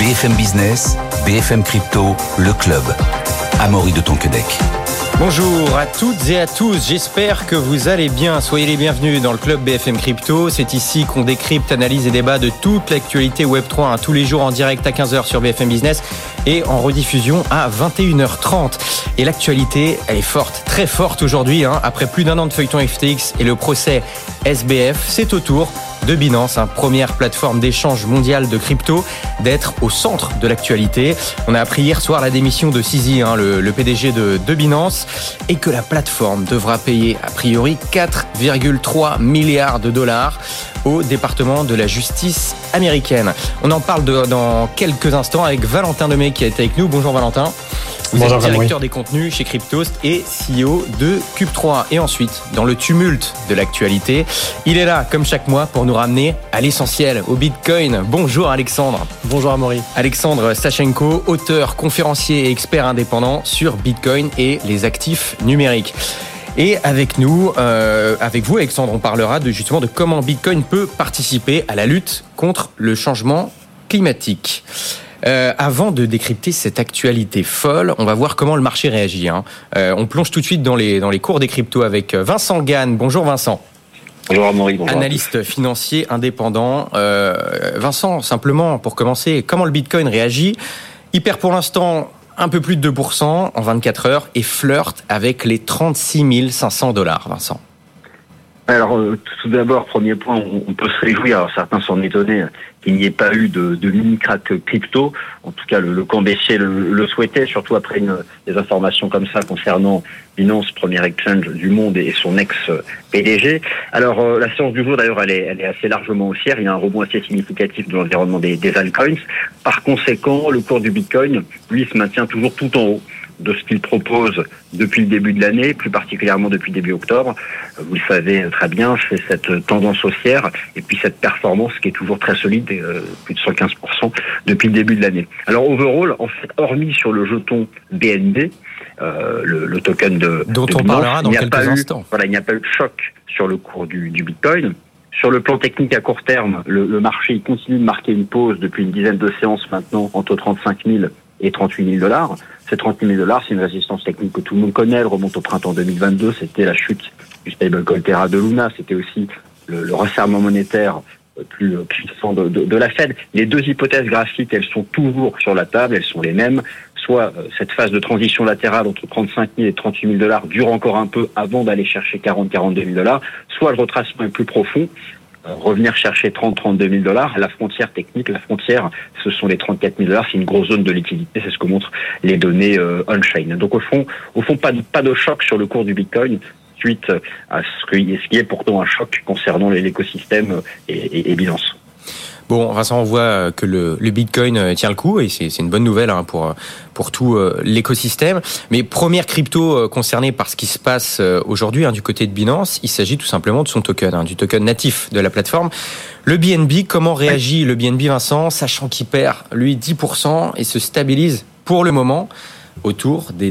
BFM Business, BFM Crypto, le club. Amaury de Tonquedec. Bonjour à toutes et à tous, j'espère que vous allez bien. Soyez les bienvenus dans le club BFM Crypto. C'est ici qu'on décrypte, analyse et débat de toute l'actualité Web3, tous les jours en direct à 15h sur BFM Business et en rediffusion à 21h30. Et l'actualité, elle est forte, très forte aujourd'hui. Après plus d'un an de feuilleton FTX et le procès SBF, c'est au tour de Binance, première plateforme d'échange mondiale de crypto, d'être au centre de l'actualité. On a appris hier soir la démission de CZ, le PDG de Binance, et que la plateforme devra payer a priori 4,3 milliards de dollars au département de la justice américaine. On en parle dans quelques instants avec Valentin Lemay qui est avec nous. Bonjour Valentin. Vous êtes directeur des contenus chez Cryptost et CEO de Cube3. Et ensuite, dans le tumulte de l'actualité, il est là, comme chaque mois, pour nous ramener à l'essentiel, au Bitcoin. Bonjour Alexandre. Bonjour Amaury. Alexandre Sachenko, auteur, conférencier et expert indépendant sur Bitcoin et les actifs numériques. Et avec nous, avec vous Alexandre, on parlera justement de comment Bitcoin peut participer à la lutte contre le changement climatique. Avant de décrypter cette actualité folle, on va voir comment le marché réagit. On plonge tout de suite dans les cours des cryptos avec Vincent Gann. Bonjour Vincent. Bonjour Amaury. Bonjour. Analyste financier indépendant. Vincent, simplement pour commencer, comment le Bitcoin réagit ? Il perd pour l'instant un peu plus de 2% en 24 heures et flirte avec les 36 500 $, Vincent. Alors, tout d'abord, premier point, on peut se réjouir, alors certains s'en étonnaient, qu'il n'y ait pas eu de mini-crack crypto. En tout cas, le camp baissier le souhaitait, surtout après des informations comme ça concernant Binance, premier exchange du monde, et son ex-PDG. Alors, la séance du jour, d'ailleurs, elle est assez largement haussière. Il y a un rebond assez significatif de l'environnement des altcoins. Par conséquent, le cours du Bitcoin, lui, se maintient toujours tout en haut de ce qu'il propose depuis le début de l'année, plus particulièrement depuis début octobre. Vous le savez très bien, c'est cette tendance haussière et puis cette performance qui est toujours très solide, plus de 115% depuis le début de l'année. Alors overall, en fait, hormis sur le jeton BNB, le token dont on parlera dans quelques instants. Il n'y a pas eu de choc sur le cours du Bitcoin. Sur le plan technique à court terme, le marché il continue de marquer une pause depuis une dizaine de séances maintenant entre 35 000 et 38 000 $. Ces 38 000 $, c'est une résistance technique que tout le monde connaît. Elle remonte au printemps 2022. C'était la chute du stablecoin Terra de Luna. C'était aussi le resserrement monétaire plus puissant de la Fed. Les deux hypothèses graphiques, elles sont toujours sur la table. Elles sont les mêmes. Soit cette phase de transition latérale entre 35 000 et 38 000 $ dure encore un peu avant d'aller chercher 42 000 $. Soit le retracement est plus profond. Revenir chercher 32 000 $. La frontière technique, ce sont les 34 000 $. C'est une grosse zone de liquidité. C'est ce que montrent les données on-chain. Donc au fond, pas de choc sur le cours du Bitcoin suite à ce qui est pourtant un choc concernant l'écosystème et Binance. Bon, Vincent, on voit que le Bitcoin tient le coup et c'est une bonne nouvelle pour tout l'écosystème. Mais première crypto concernée par ce qui se passe aujourd'hui du côté de Binance, il s'agit tout simplement de son token, du token natif de la plateforme. Le BNB, comment réagit le BNB, Vincent, sachant qu'il perd, lui, 10% et se stabilise pour le moment autour des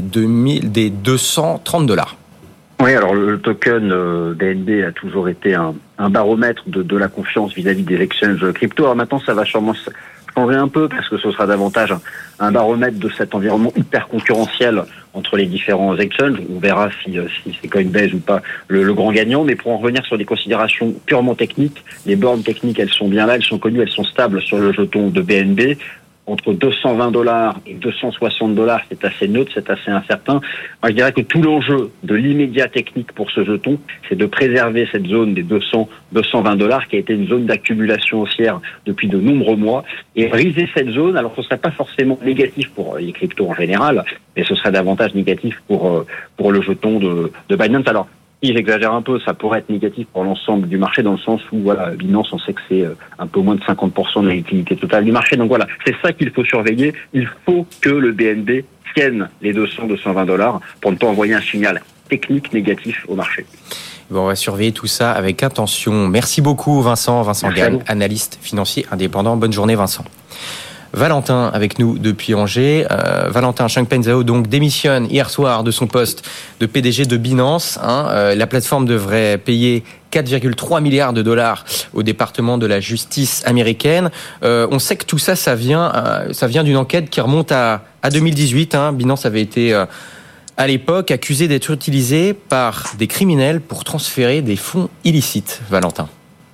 230 $. Oui, alors le token BNB a toujours été un baromètre de la confiance vis-à-vis des exchanges crypto. Alors maintenant, ça va sûrement changer un peu parce que ce sera davantage un baromètre de cet environnement hyper concurrentiel entre les différents exchanges. On verra si c'est Coinbase ou pas le grand gagnant. Mais pour en revenir sur des considérations purement techniques, les bornes techniques, elles sont bien là, elles sont connues, elles sont stables sur le jeton de BNB. Entre 220 $ et 260 $, c'est assez neutre, c'est assez incertain. Moi, je dirais que tout l'enjeu de l'immédiat technique pour ce jeton, c'est de préserver cette zone des 220 $ qui a été une zone d'accumulation haussière depuis de nombreux mois. Et briser cette zone, alors ce ne serait pas forcément négatif pour les cryptos en général, mais ce serait davantage négatif pour le jeton de Binance. Alors, si j'exagère un peu, ça pourrait être négatif pour l'ensemble du marché dans le sens où Binance, on sait que c'est un peu moins de 50% de la liquidité totale du marché. Donc voilà, c'est ça qu'il faut surveiller. Il faut que le BNB tienne les 220 $ pour ne pas envoyer un signal technique négatif au marché. Bon, on va surveiller tout ça avec attention. Merci beaucoup Vincent Gann, analyste financier indépendant. Bonne journée Vincent. Valentin avec nous depuis Angers. Valentin, Changpeng Zhao donc démissionne hier soir de son poste de PDG de Binance. La plateforme devrait payer 4,3 milliards de dollars au département de la justice américaine. On sait que tout ça, ça vient d'une enquête qui remonte à 2018. Binance avait été à l'époque accusé d'être utilisé par des criminels pour transférer des fonds illicites. Valentin.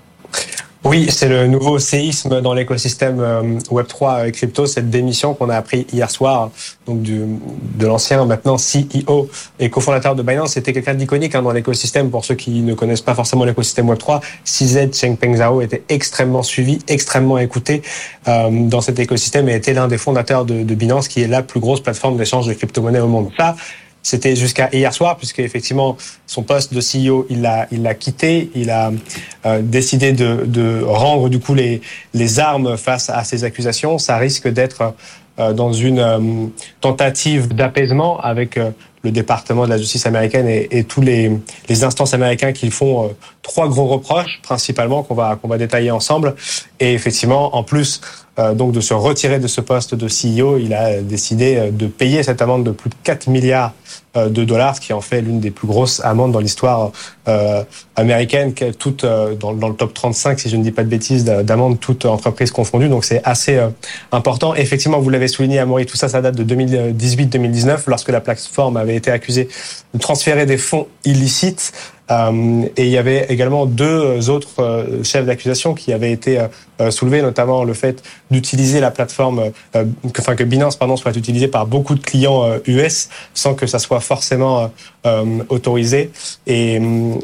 Oui, c'est le nouveau séisme dans l'écosystème Web3 crypto, cette démission qu'on a appris hier soir, donc de l'ancien maintenant CEO et cofondateur de Binance. C'était quelqu'un d'iconique dans l'écosystème. Pour ceux qui ne connaissent pas forcément l'écosystème Web3, CZ Changpeng Zhao était extrêmement suivi, extrêmement écouté dans cet écosystème et était l'un des fondateurs de Binance, qui est la plus grosse plateforme d'échange de crypto-monnaies au monde. Ça, c'était jusqu'à hier soir, puisque effectivement son poste de CEO, il l'a quitté. Il a décidé de rendre du coup les armes face à ces accusations. Ça risque d'être dans une tentative d'apaisement avec le département de la justice américaine et tous les instances américaines qui font 3 gros reproches principalement qu'on va détailler ensemble. Et effectivement, en plus donc de se retirer de ce poste de CEO, il a décidé de payer cette amende de plus de 4 milliards de dollars, ce qui en fait l'une des plus grosses amendes dans l'histoire américaine, toute dans le top 35, si je ne dis pas de bêtises, d'amendes toutes entreprises confondues. Donc c'est assez important. Et effectivement, vous l'avez souligné, Amaury, tout ça date de 2018-2019, lorsque la plateforme avait été accusée de transférer des fonds illicites. Et il y avait également 2 autres chefs d'accusation qui avaient été soulevés, notamment le fait d'utiliser la plateforme, que Binance soit utilisée par beaucoup de clients US sans que ça soit forcément autorisé. Et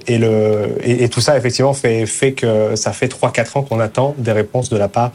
tout ça effectivement fait que ça fait 3-4 ans qu'on attend des réponses de la part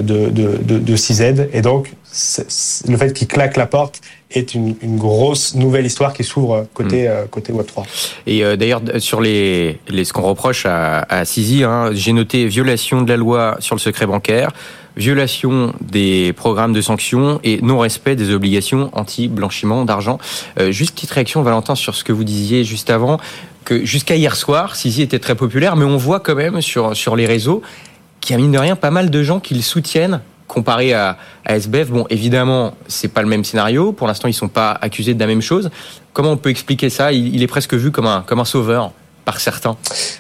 de CZ. Et donc le fait qu'il claque la porte est une grosse nouvelle histoire qui s'ouvre côté Web3. Et d'ailleurs, sur ce qu'on reproche à CZ, j'ai noté violation de la loi sur le secret bancaire, violation des programmes de sanctions et non-respect des obligations anti-blanchiment d'argent. Juste petite réaction, Valentin, sur ce que vous disiez juste avant, que jusqu'à hier soir, CZ était très populaire, mais on voit quand même sur les réseaux qu'il y a mine de rien pas mal de gens qui le soutiennent, comparé à SBF. Bon, évidemment, c'est pas le même scénario. Pour l'instant, ils sont pas accusés de la même chose. Comment on peut expliquer ça ? Il est presque vu comme un sauveur par certains.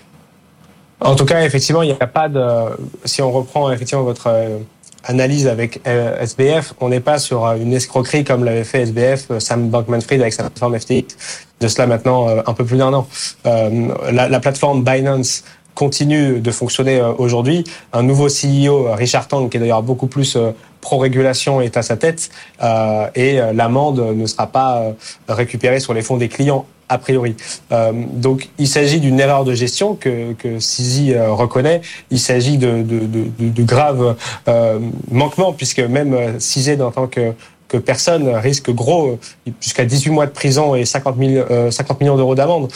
En tout cas, effectivement, il n'y a pas de. Si on reprend effectivement votre analyse avec SBF, on n'est pas sur une escroquerie comme l'avait fait SBF, Sam Bankman-Fried avec sa plateforme FTX. De cela maintenant un peu plus d'1 an. La plateforme Binance continue de fonctionner aujourd'hui. Un nouveau CEO, Richard Tang, qui est d'ailleurs beaucoup plus pro-régulation, est à sa tête, et l'amende ne sera pas récupérée sur les fonds des clients, a priori. Donc, il s'agit d'une erreur de gestion que CZ reconnaît. Il s'agit de graves manquements, puisque même CZ, en tant que personne, risque gros, jusqu'à 18 mois de prison et 50 millions d'euros d'amende.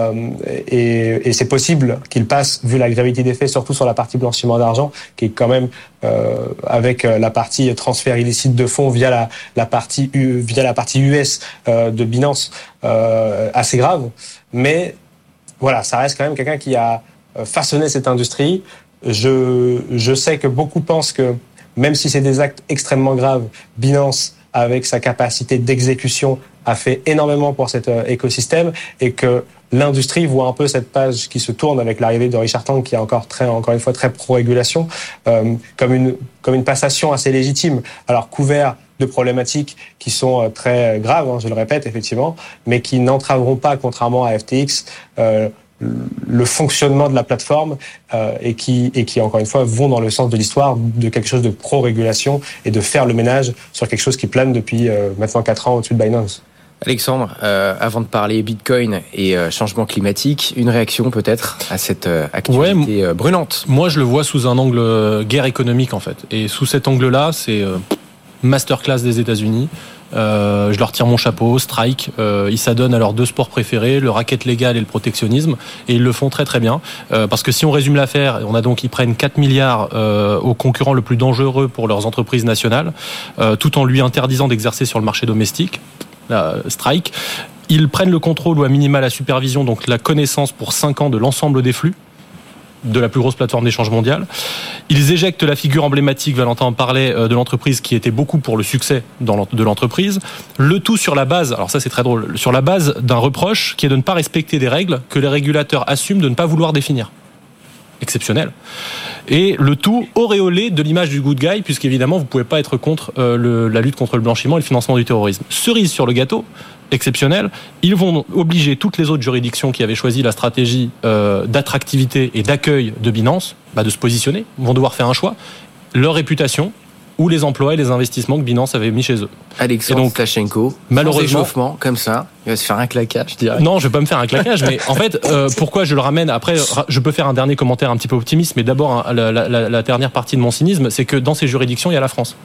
Et c'est possible qu'il passe, vu la gravité des faits, surtout sur la partie blanchiment d'argent, qui est quand même, avec la partie transfert illicite de fonds via la partie US de Binance, assez grave. Mais voilà, ça reste quand même quelqu'un qui a façonné cette industrie. Je sais que beaucoup pensent que, même si c'est des actes extrêmement graves, Binance, avec sa capacité d'exécution, a fait énormément pour cet écosystème, et que l'industrie voit un peu cette page qui se tourne avec l'arrivée de Richard Tang, qui est encore une fois très pro-régulation, comme une passation assez légitime. Alors couvert de problématiques qui sont très graves, je le répète effectivement, mais qui n'entraveront pas, contrairement à FTX, le fonctionnement de la plateforme, et qui encore une fois vont dans le sens de l'histoire de quelque chose de pro-régulation et de faire le ménage sur quelque chose qui plane depuis maintenant 4 ans au-dessus de Binance. Alexandre, avant de parler Bitcoin et changement climatique, une réaction peut-être à cette actualité brûlante. Moi, je le vois sous un angle guerre économique en fait, et sous cet angle-là, c'est masterclass des États-Unis. Je leur tire mon chapeau, Strike, ils s'adonnent à leurs 2 sports préférés, le racket légal et le protectionnisme, et ils le font très très bien, parce que si on résume l'affaire, ils prennent 4 milliards au concurrent le plus dangereux pour leurs entreprises nationales, tout en lui interdisant d'exercer sur le marché domestique, Strike. Ils prennent le contrôle ou à minima la supervision, donc la connaissance pour 5 ans de l'ensemble des flux. de la plus grosse plateforme d'échange mondiale. Ils éjectent la figure emblématique, Valentin en parlait, de l'entreprise qui était beaucoup pour le succès de l'entreprise. Le tout sur la base, alors ça c'est très drôle, sur la base d'un reproche qui est de ne pas respecter des règles que les régulateurs assument de ne pas vouloir définir. Exceptionnel. Et le tout auréolé de l'image du good guy, puisqu'évidemment vous ne pouvez pas être contre la lutte contre le blanchiment et le financement du terrorisme. Cerise sur le gâteau, exceptionnel, ils vont obliger toutes les autres juridictions qui avaient choisi la stratégie d'attractivité et d'accueil de Binance de se positionner, vont devoir faire un choix, leur réputation ou les emplois et les investissements que Binance avait mis chez eux. Alexandre Tkachenko, malheureusement, échauffement, comme ça, il va se faire un claquage, je dirais. Non, je vais pas me faire un claquage, mais en fait, pourquoi je le ramène après, je peux faire un dernier commentaire un petit peu optimiste, mais d'abord, la dernière partie de mon cynisme, c'est que dans ces juridictions, il y a la France.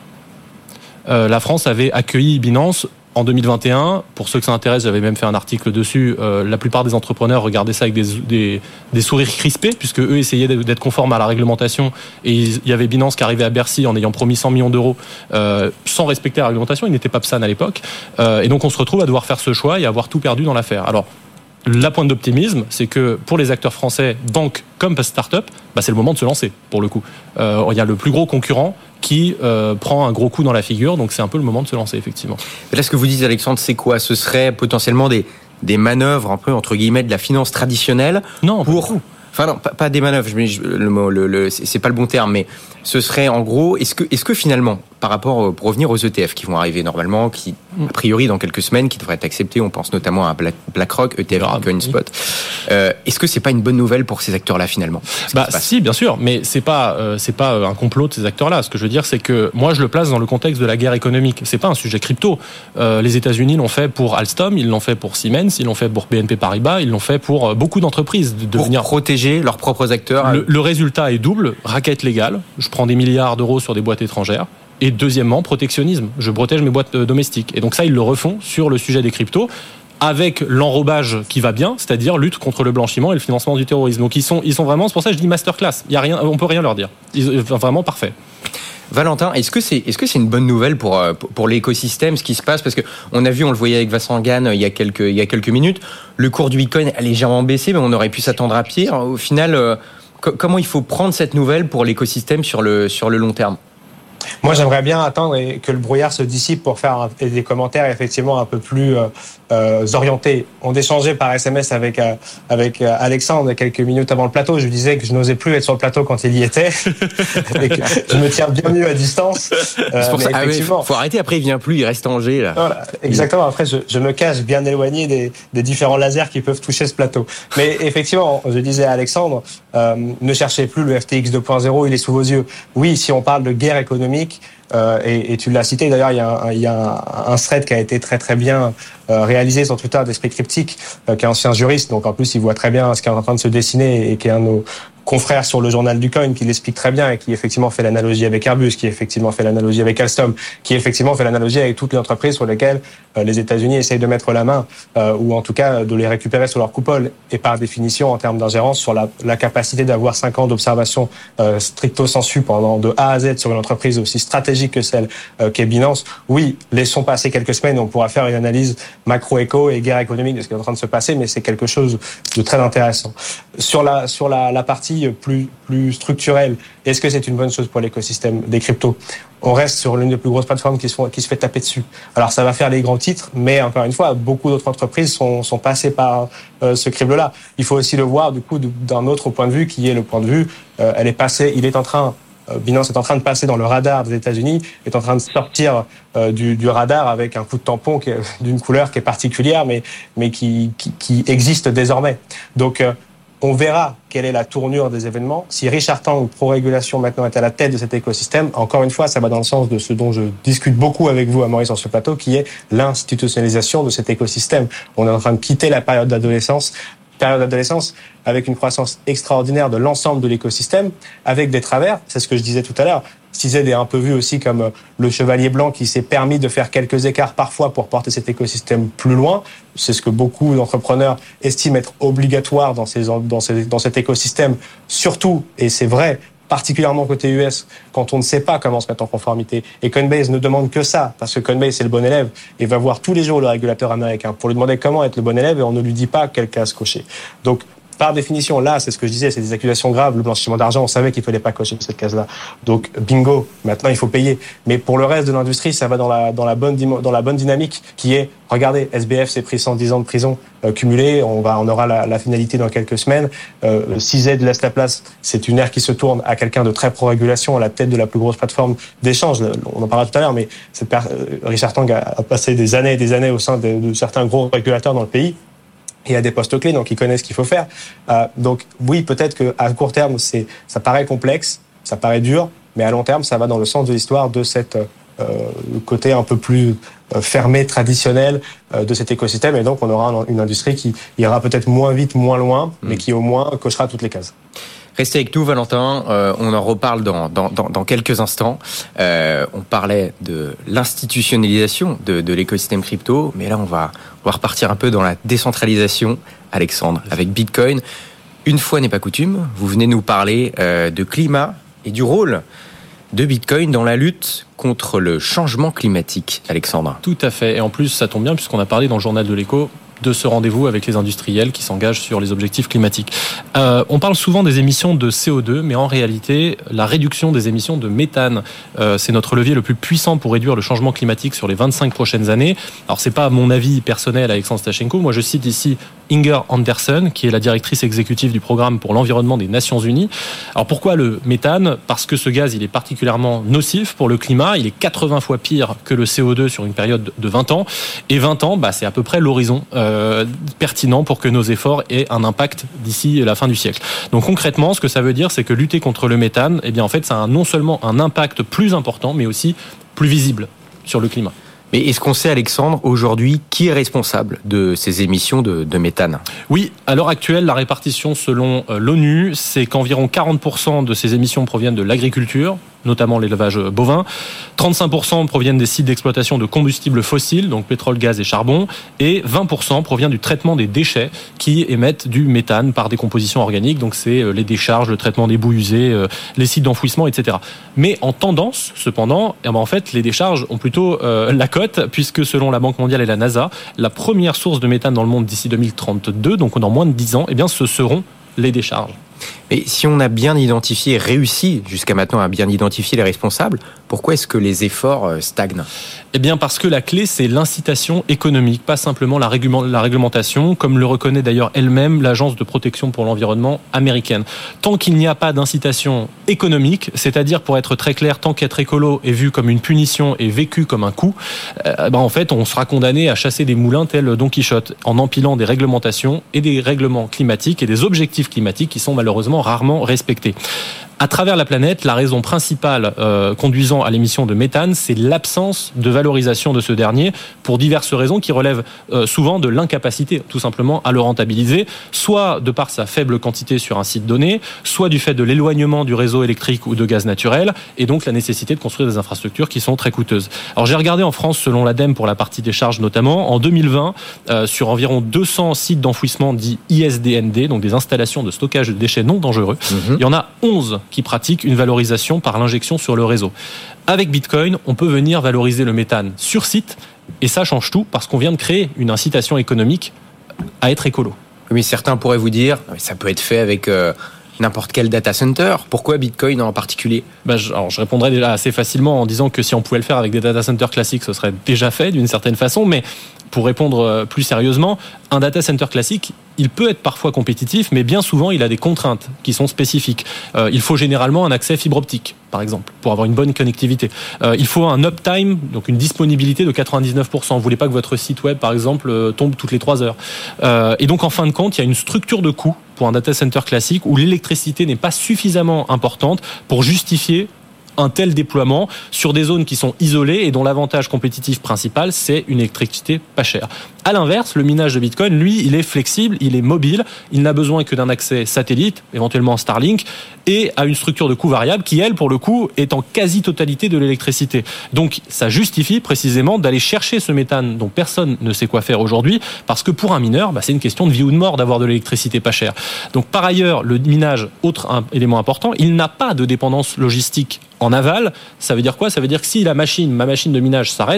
La France avait accueilli Binance en 2021. Pour ceux que ça intéresse, j'avais même fait un article dessus. La plupart des entrepreneurs regardaient ça avec des sourires crispés, puisque eux essayaient d'être conformes à la réglementation. Et il y avait Binance qui arrivait à Bercy en ayant promis 100 millions d'euros sans respecter la réglementation. Il n'était pas PSAN à l'époque. Et donc on se retrouve à devoir faire ce choix et à avoir tout perdu dans l'affaire. Alors, la pointe d'optimisme, c'est que pour les acteurs français, banques comme start-up, c'est le moment de se lancer, pour le coup. Il y a le plus gros concurrent qui prend un gros coup dans la figure, donc c'est un peu le moment de se lancer, effectivement. Et là, ce que vous dites, Alexandre, c'est quoi ? Ce serait potentiellement des manœuvres, un peu, entre guillemets, de la finance traditionnelle ? Non, pour... Enfin non, pas des manœuvres, c'est pas le bon terme, mais ce serait en gros, est-ce que finalement, par rapport, pour revenir aux ETF qui vont arriver normalement, qui a priori dans quelques semaines, qui devraient être acceptés, on pense notamment à BlackRock, ETF, Bitcoin Spot, est-ce que c'est pas une bonne nouvelle pour ces acteurs-là finalement ? Si, bien sûr, mais c'est pas un complot de ces acteurs-là. Ce que je veux dire, c'est que moi je le place dans le contexte de la guerre économique. C'est pas un sujet crypto. Les États-Unis l'ont fait pour Alstom, ils l'ont fait pour Siemens, ils l'ont fait pour BNP Paribas, ils l'ont fait pour beaucoup d'entreprises pour venir protéger leurs propres acteurs. Le résultat est double, raquette légale, je prends des milliards d'euros sur des boîtes étrangères, et deuxièmement, protectionnisme, je protège mes boîtes domestiques. Et donc ça, ils le refont sur le sujet des cryptos, avec l'enrobage qui va bien, c'est-à-dire lutte contre le blanchiment et le financement du terrorisme. Donc ils sont vraiment, c'est pour ça que je dis masterclass, il y a rien, on peut rien leur dire. Vraiment parfait. Valentin, est-ce que c'est une bonne nouvelle pour l'écosystème, ce qui se passe, parce que on le voyait avec Vincent Gann il y a quelques minutes, le cours du Bitcoin a légèrement baissé, mais on aurait pu s'attendre à pire. Au final, comment il faut prendre cette nouvelle pour l'écosystème sur le long terme ? Moi, j'aimerais bien attendre que le brouillard se dissipe pour faire des commentaires effectivement un peu plus orientés. On échangeait par SMS avec Alexandre quelques minutes avant le plateau. Je lui disais que je n'osais plus être sur le plateau quand il y était et que je me tiens bien mieux à distance. C'est pour ça. Effectivement, faut arrêter. Après, il vient plus. Il reste en Angers là. Voilà, exactement. Après, je me cache bien éloigné des différents lasers qui peuvent toucher ce plateau. Mais effectivement, je disais à Alexandre, ne cherchez plus le FTX 2.0. Il est sous vos yeux. Oui, si on parle de guerre économique. Et tu l'as cité d'ailleurs, il y a un thread qui a été très très bien réalisé sur Twitter d'Esprit Cryptique, qui est ancien juriste, donc en plus il voit très bien ce qui est en train de se dessiner et qui est un de nos confrères sur le journal du coin, qui l'explique très bien et qui effectivement fait l'analogie avec Airbus, qui effectivement fait l'analogie avec Alstom, qui effectivement fait l'analogie avec toutes les entreprises sur lesquelles les États-Unis essayent de mettre la main, ou en tout cas de les récupérer sous leur coupole, et par définition en termes d'ingérence sur la capacité d'avoir 5 ans d'observation stricto sensu pendant de A à Z sur une entreprise aussi stratégique que celle qu'est Binance. Oui, laissons passer quelques semaines, on pourra faire une analyse macro-éco et guerre économique de ce qui est en train de se passer, mais c'est quelque chose de très intéressant. Sur la partie plus structurelle, est-ce que c'est une bonne chose pour l'écosystème des cryptos ? On reste sur l'une des plus grosses plateformes qui se fait taper dessus. Alors ça va faire les grands titres, mais encore une fois, beaucoup d'autres entreprises sont passées par ce crible-là. Il faut aussi le voir du coup d'un autre point de vue, qui est le point de vue, Binance est en train de passer dans le radar des États-Unis, est en train de sortir du radar avec un coup de tampon d'une couleur qui est particulière, mais qui existe désormais. Donc on verra quelle est la tournure des événements. Si Richard Tang, pro-régulation, maintenant est à la tête de cet écosystème, encore une fois, ça va dans le sens de ce dont je discute beaucoup avec vous, Amaury, sur ce plateau, qui est l'institutionnalisation de cet écosystème. On est en train de quitter la période d'adolescence avec une croissance extraordinaire de l'ensemble de l'écosystème, avec des travers, c'est ce que je disais tout à l'heure. CZ est un peu vu aussi comme le chevalier blanc qui s'est permis de faire quelques écarts parfois pour porter cet écosystème plus loin. C'est ce que beaucoup d'entrepreneurs estiment être obligatoire dans cet écosystème, surtout, et c'est vrai, particulièrement côté US, quand on ne sait pas comment se mettre en conformité. Et Coinbase ne demande que ça, parce que Coinbase c'est le bon élève, et va voir tous les jours le régulateur américain pour lui demander comment être le bon élève, et on ne lui dit pas quelle case cocher. Donc, par définition, là, c'est ce que je disais, c'est des accusations graves, le blanchiment d'argent, on savait qu'il fallait pas cocher cette case-là. Donc, bingo, maintenant, il faut payer. Mais pour le reste de l'industrie, ça va dans la bonne dynamique qui est, regardez, SBF s'est pris 110 ans de prison cumulé, on aura la finalité dans quelques semaines. CZ laisse la place, c'est une ère qui se tourne à quelqu'un de très pro-régulation, à la tête de la plus grosse plateforme d'échange. On en parlera tout à l'heure, mais Richard Tang a passé des années et des années au sein de certains gros régulateurs dans le pays. Il y a des postes clés, donc ils connaissent ce qu'il faut faire. Donc oui, peut-être qu'à court terme, ça paraît complexe, ça paraît dur, mais à long terme, ça va dans le sens de l'histoire de cette côté un peu plus fermé, traditionnel de cet écosystème. Et donc, on aura une industrie qui ira peut-être moins vite, moins loin, mais qui au moins cochera toutes les cases. Restez avec nous, Valentin. On en reparle dans quelques instants. On parlait de l'institutionnalisation de l'écosystème crypto, mais là, on va repartir un peu dans la décentralisation, Alexandre, avec Bitcoin. Une fois n'est pas coutume, vous venez nous parler de climat et du rôle de Bitcoin dans la lutte contre le changement climatique, Alexandre. Tout à fait. Et en plus, ça tombe bien puisqu'on a parlé dans le journal de l'Écho de ce rendez-vous avec les industriels qui s'engagent sur les objectifs climatiques. On parle souvent des émissions de CO2, mais en réalité, la réduction des émissions de méthane, c'est notre levier le plus puissant pour réduire le changement climatique sur les 25 prochaines années. Alors, c'est pas mon avis personnel, Alexandre Stachenko. Moi, je cite ici Inger Andersen, qui est la directrice exécutive du programme pour l'environnement des Nations Unies. Alors, pourquoi le méthane ? Parce que ce gaz, il est particulièrement nocif pour le climat. Il est 80 fois pire que le CO2 sur une période de 20 ans. Et 20 ans, c'est à peu près l'horizon pertinent pour que nos efforts aient un impact d'ici la fin du siècle. Donc concrètement, ce que ça veut dire, c'est que lutter contre le méthane, en fait, ça a non seulement un impact plus important, mais aussi plus visible sur le climat. Mais est-ce qu'on sait, Alexandre, aujourd'hui, qui est responsable de ces émissions de méthane ? Oui, à l'heure actuelle, la répartition selon l'ONU, c'est qu'environ 40% de ces émissions proviennent de l'agriculture, notamment l'élevage bovin. 35% proviennent des sites d'exploitation de combustibles fossiles, donc pétrole, gaz et charbon. Et 20% provient du traitement des déchets qui émettent du méthane par décomposition organique. Donc c'est les décharges, le traitement des boues usées, les sites d'enfouissement, etc. Mais en tendance, cependant, en fait, les décharges ont plutôt la cote, puisque selon la Banque mondiale et la NASA, la première source de méthane dans le monde d'ici 2032, donc dans moins de 10 ans, ce seront les décharges. Mais si on a bien identifié, réussi jusqu'à maintenant à bien identifier les responsables, pourquoi est-ce que les efforts stagnent ? Parce que la clé, c'est l'incitation économique, pas simplement la réglementation, comme le reconnaît d'ailleurs elle-même l'Agence de protection pour l'environnement américaine. Tant qu'il n'y a pas d'incitation économique, c'est-à-dire, pour être très clair, tant qu'être écolo est vu comme une punition et vécu comme un coût, en fait, on sera condamné à chasser des moulins tels Don Quichotte, en empilant des réglementations et des règlements climatiques et des objectifs climatiques qui sont malheureusement rarement respectés. À travers la planète, la raison principale conduisant à l'émission de méthane, c'est l'absence de valorisation de ce dernier pour diverses raisons qui relèvent souvent de l'incapacité tout simplement à le rentabiliser, soit de par sa faible quantité sur un site donné, soit du fait de l'éloignement du réseau électrique ou de gaz naturel, et donc la nécessité de construire des infrastructures qui sont très coûteuses. Alors j'ai regardé en France, selon l'ADEME pour la partie des charges notamment, en 2020, sur environ 200 sites d'enfouissement dits ISDND, donc des installations de stockage de déchets non dangereux, il y en a 11 qui pratiquent une valorisation par l'injection sur le réseau. Avec Bitcoin, on peut venir valoriser le méthane sur site, et ça change tout parce qu'on vient de créer une incitation économique à être écolo. Mais certains pourraient vous dire, ça peut être fait avec n'importe quel data center. Pourquoi Bitcoin en particulier ? Alors, je répondrais déjà assez facilement en disant que si on pouvait le faire avec des data centers classiques, ce serait déjà fait d'une certaine façon, mais pour répondre plus sérieusement, un data center classique, il peut être parfois compétitif, mais bien souvent, il a des contraintes qui sont spécifiques. Il faut généralement un accès fibre optique, par exemple, pour avoir une bonne connectivité. Il faut un uptime, donc une disponibilité de 99%. Vous voulez pas que votre site web, par exemple, tombe toutes les 3 heures. Et donc, en fin de compte, il y a une structure de coût pour un data center classique où l'électricité n'est pas suffisamment importante pour justifier un tel déploiement sur des zones qui sont isolées et dont l'avantage compétitif principal, c'est une électricité pas chère. À l'inverse, le minage de Bitcoin, lui, il est flexible, il est mobile, il n'a besoin que d'un accès satellite, éventuellement Starlink, et à une structure de coût variable qui, elle, pour le coup, est en quasi-totalité de l'électricité. Donc, ça justifie précisément d'aller chercher ce méthane dont personne ne sait quoi faire aujourd'hui, parce que pour un mineur, c'est une question de vie ou de mort d'avoir de l'électricité pas chère. Donc, par ailleurs, le minage, autre élément important, il n'a pas de dépendance logistique en aval. Ça veut dire quoi ? Ça veut dire que si ma machine de minage s'arrête,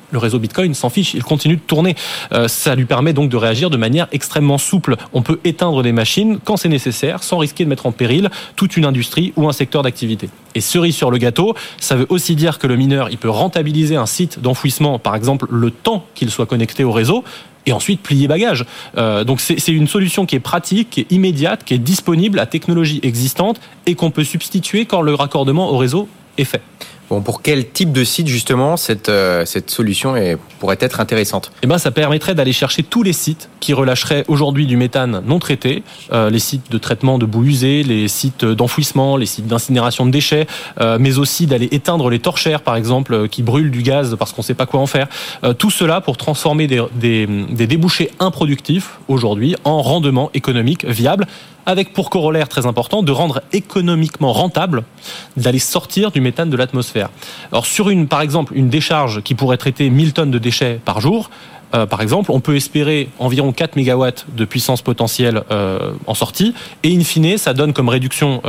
Le réseau Bitcoin s'en fiche, il continue de tourner. Ça lui permet donc de réagir de manière extrêmement souple. On peut éteindre des machines quand c'est nécessaire, sans risquer de mettre en péril toute une industrie ou un secteur d'activité. Et cerise sur le gâteau, ça veut aussi dire que le mineur, il peut rentabiliser un site d'enfouissement, par exemple le temps qu'il soit connecté au réseau, et ensuite plier bagage. Donc c'est une solution qui est pratique, qui est immédiate, qui est disponible à technologie existante et qu'on peut substituer quand le raccordement au réseau est fait. Bon, pour quel type de site, justement, cette solution pourrait être intéressante ? Eh ben, ça permettrait d'aller chercher tous les sites qui relâcheraient aujourd'hui du méthane non traité, les sites de traitement de boues usées, les sites d'enfouissement, les sites d'incinération de déchets, mais aussi d'aller éteindre les torchères, par exemple, qui brûlent du gaz parce qu'on ne sait pas quoi en faire. Tout cela pour transformer des débouchés improductifs, aujourd'hui, en rendement économique viable, avec pour corollaire très important de rendre économiquement rentable d'aller sortir du méthane de l'atmosphère. Alors par exemple, une décharge qui pourrait traiter 1000 tonnes de déchets par jour, par exemple, on peut espérer environ 4 mégawatts de puissance potentielle en sortie, et in fine, ça donne comme réduction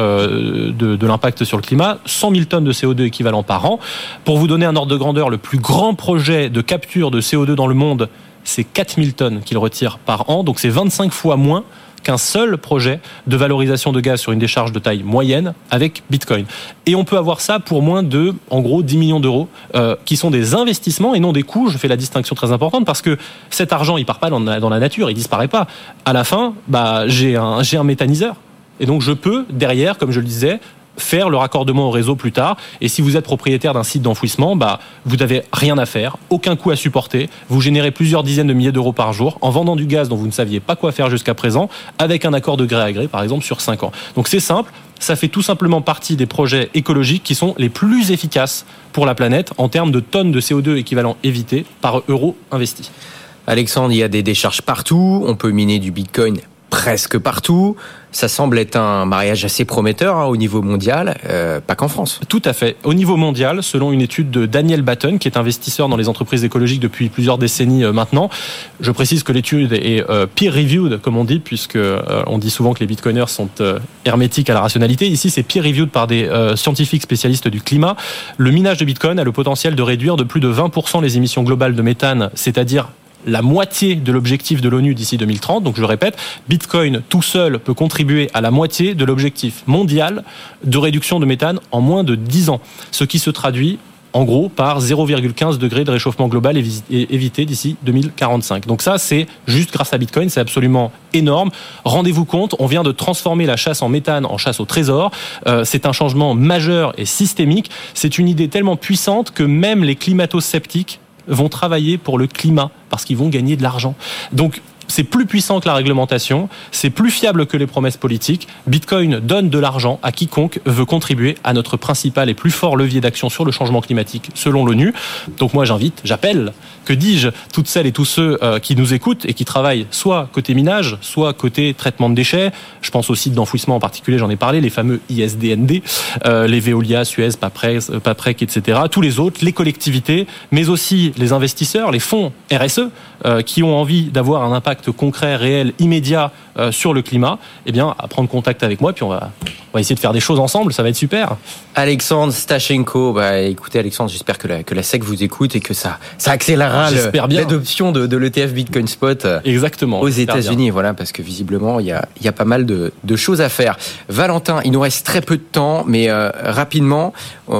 de l'impact sur le climat 100 000 tonnes de CO2 équivalent par an. Pour vous donner un ordre de grandeur, le plus grand projet de capture de CO2 dans le monde, c'est 4000 tonnes qu'il retire par an, donc c'est 25 fois moins qu'un seul projet de valorisation de gaz sur une décharge de taille moyenne avec Bitcoin. Et on peut avoir ça pour moins de, en gros, 10 millions d'euros, qui sont des investissements et non des coûts. Je fais la distinction très importante parce que cet argent, il part pas dans la nature, il disparaît pas. À la fin, j'ai un méthaniseur. Et donc je peux, derrière, comme je le disais, faire le raccordement au réseau plus tard. Et si vous êtes propriétaire d'un site d'enfouissement, vous n'avez rien à faire, aucun coût à supporter. Vous générez plusieurs dizaines de milliers d'euros par jour en vendant du gaz dont vous ne saviez pas quoi faire jusqu'à présent, avec un accord de gré à gré, par exemple, sur 5 ans. Donc c'est simple, ça fait tout simplement partie des projets écologiques qui sont les plus efficaces pour la planète en termes de tonnes de CO2 équivalent évité par euro investi. Alexandre, il y a des décharges partout, on peut miner du Bitcoin presque partout. Ça semble être un mariage assez prometteur au niveau mondial, pas qu'en France. Tout à fait. Au niveau mondial, selon une étude de Daniel Batten, qui est investisseur dans les entreprises écologiques depuis plusieurs décennies maintenant, je précise que l'étude est peer-reviewed, comme on dit, puisque on dit souvent que les bitcoiners sont hermétiques à la rationalité. Ici, c'est peer-reviewed par des scientifiques spécialistes du climat. Le minage de Bitcoin a le potentiel de réduire de plus de 20% les émissions globales de méthane, c'est-à-dire la moitié de l'objectif de l'ONU d'ici 2030. Donc je le répète, Bitcoin tout seul peut contribuer à la moitié de l'objectif mondial de réduction de méthane en moins de 10 ans. Ce qui se traduit en gros par 0,15 degrés de réchauffement global évité d'ici 2045. Donc ça, c'est juste grâce à Bitcoin, c'est absolument énorme. Rendez-vous compte, on vient de transformer la chasse en méthane en chasse au trésor. C'est un changement majeur et systémique. C'est une idée tellement puissante que même les climato-sceptiques vont travailler pour le climat parce qu'ils vont gagner de l'argent. Donc, c'est plus puissant que la réglementation, c'est plus fiable que les promesses politiques. Bitcoin donne de l'argent à quiconque veut contribuer à notre principal et plus fort levier d'action sur le changement climatique, selon l'ONU. Donc moi j'appelle, que dis-je, toutes celles et tous ceux qui nous écoutent et qui travaillent soit côté minage, soit côté traitement de déchets. Je pense aux sites d'enfouissement en particulier, j'en ai parlé, les fameux ISDND, les Veolia, Suez, Paprec, etc. Tous les autres, les collectivités, mais aussi les investisseurs, les fonds RSE, qui ont envie d'avoir un impact concret, réel, immédiat sur le climat, à prendre contact avec moi, puis on va essayer de faire des choses ensemble, ça va être super. Alexandre Stachenko, écoutez Alexandre, j'espère que la SEC vous écoute et que ça accélérera l'adoption de l'ETF Bitcoin Spot. Exactement, aux États-Unis, voilà, parce que visiblement il y a pas mal de choses à faire. Valentin, il nous reste très peu de temps, mais rapidement,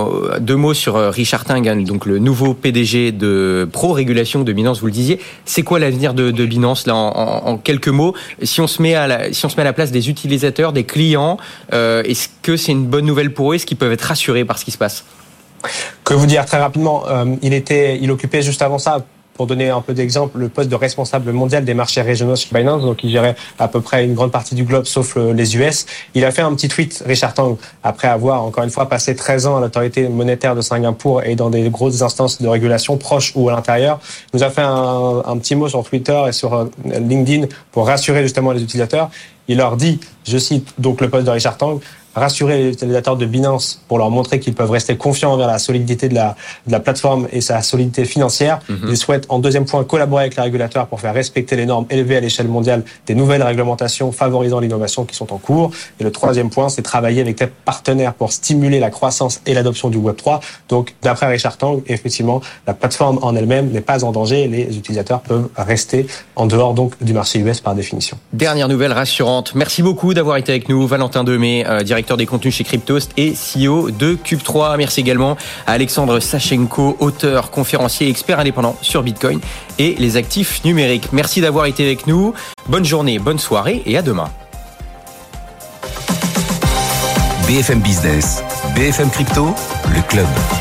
2 mots sur Richard Teng, donc le nouveau PDG de Pro Régulation de Binance, vous le disiez. C'est quoi l'avenir de Binance là en quelques mots? Si on se met à la place des utilisateurs, des clients, est-ce que c'est une bonne nouvelle pour eux? Est-ce qu'ils peuvent être rassurés par ce qui se passe? Que vous dire très rapidement, il occupait juste avant ça, pour donner un peu d'exemple, le poste de responsable mondial des marchés régionaux chez Binance, donc il gérait à peu près une grande partie du globe sauf les US. Il a fait un petit tweet, Richard Teng, après avoir encore une fois passé 13 ans à l'autorité monétaire de Singapour et dans des grosses instances de régulation proches ou à l'intérieur. Il nous a fait un petit mot sur Twitter et sur LinkedIn pour rassurer justement les utilisateurs. Il leur dit, je cite donc le poste de Richard Teng, rassurer les utilisateurs de Binance pour leur montrer qu'ils peuvent rester confiants envers la solidité de la plateforme et sa solidité financière. Ils souhaitent, en deuxième point, collaborer avec les régulateurs pour faire respecter les normes élevées à l'échelle mondiale des nouvelles réglementations favorisant l'innovation qui sont en cours. Et le troisième point, c'est travailler avec des partenaires pour stimuler la croissance et l'adoption du Web3. Donc, d'après Richard Tang, effectivement, la plateforme en elle-même n'est pas en danger. Les utilisateurs peuvent rester en dehors donc du marché US par définition. Dernière nouvelle rassurante. Merci beaucoup d'avoir été avec nous, Valentin Demey, directeur des contenus chez Cryptost et CEO de Cube3. Merci également à Alexandre Sachenko, auteur, conférencier, expert indépendant sur Bitcoin et les actifs numériques. Merci d'avoir été avec nous. Bonne journée, bonne soirée et à demain. BFM Business, BFM Crypto, le club.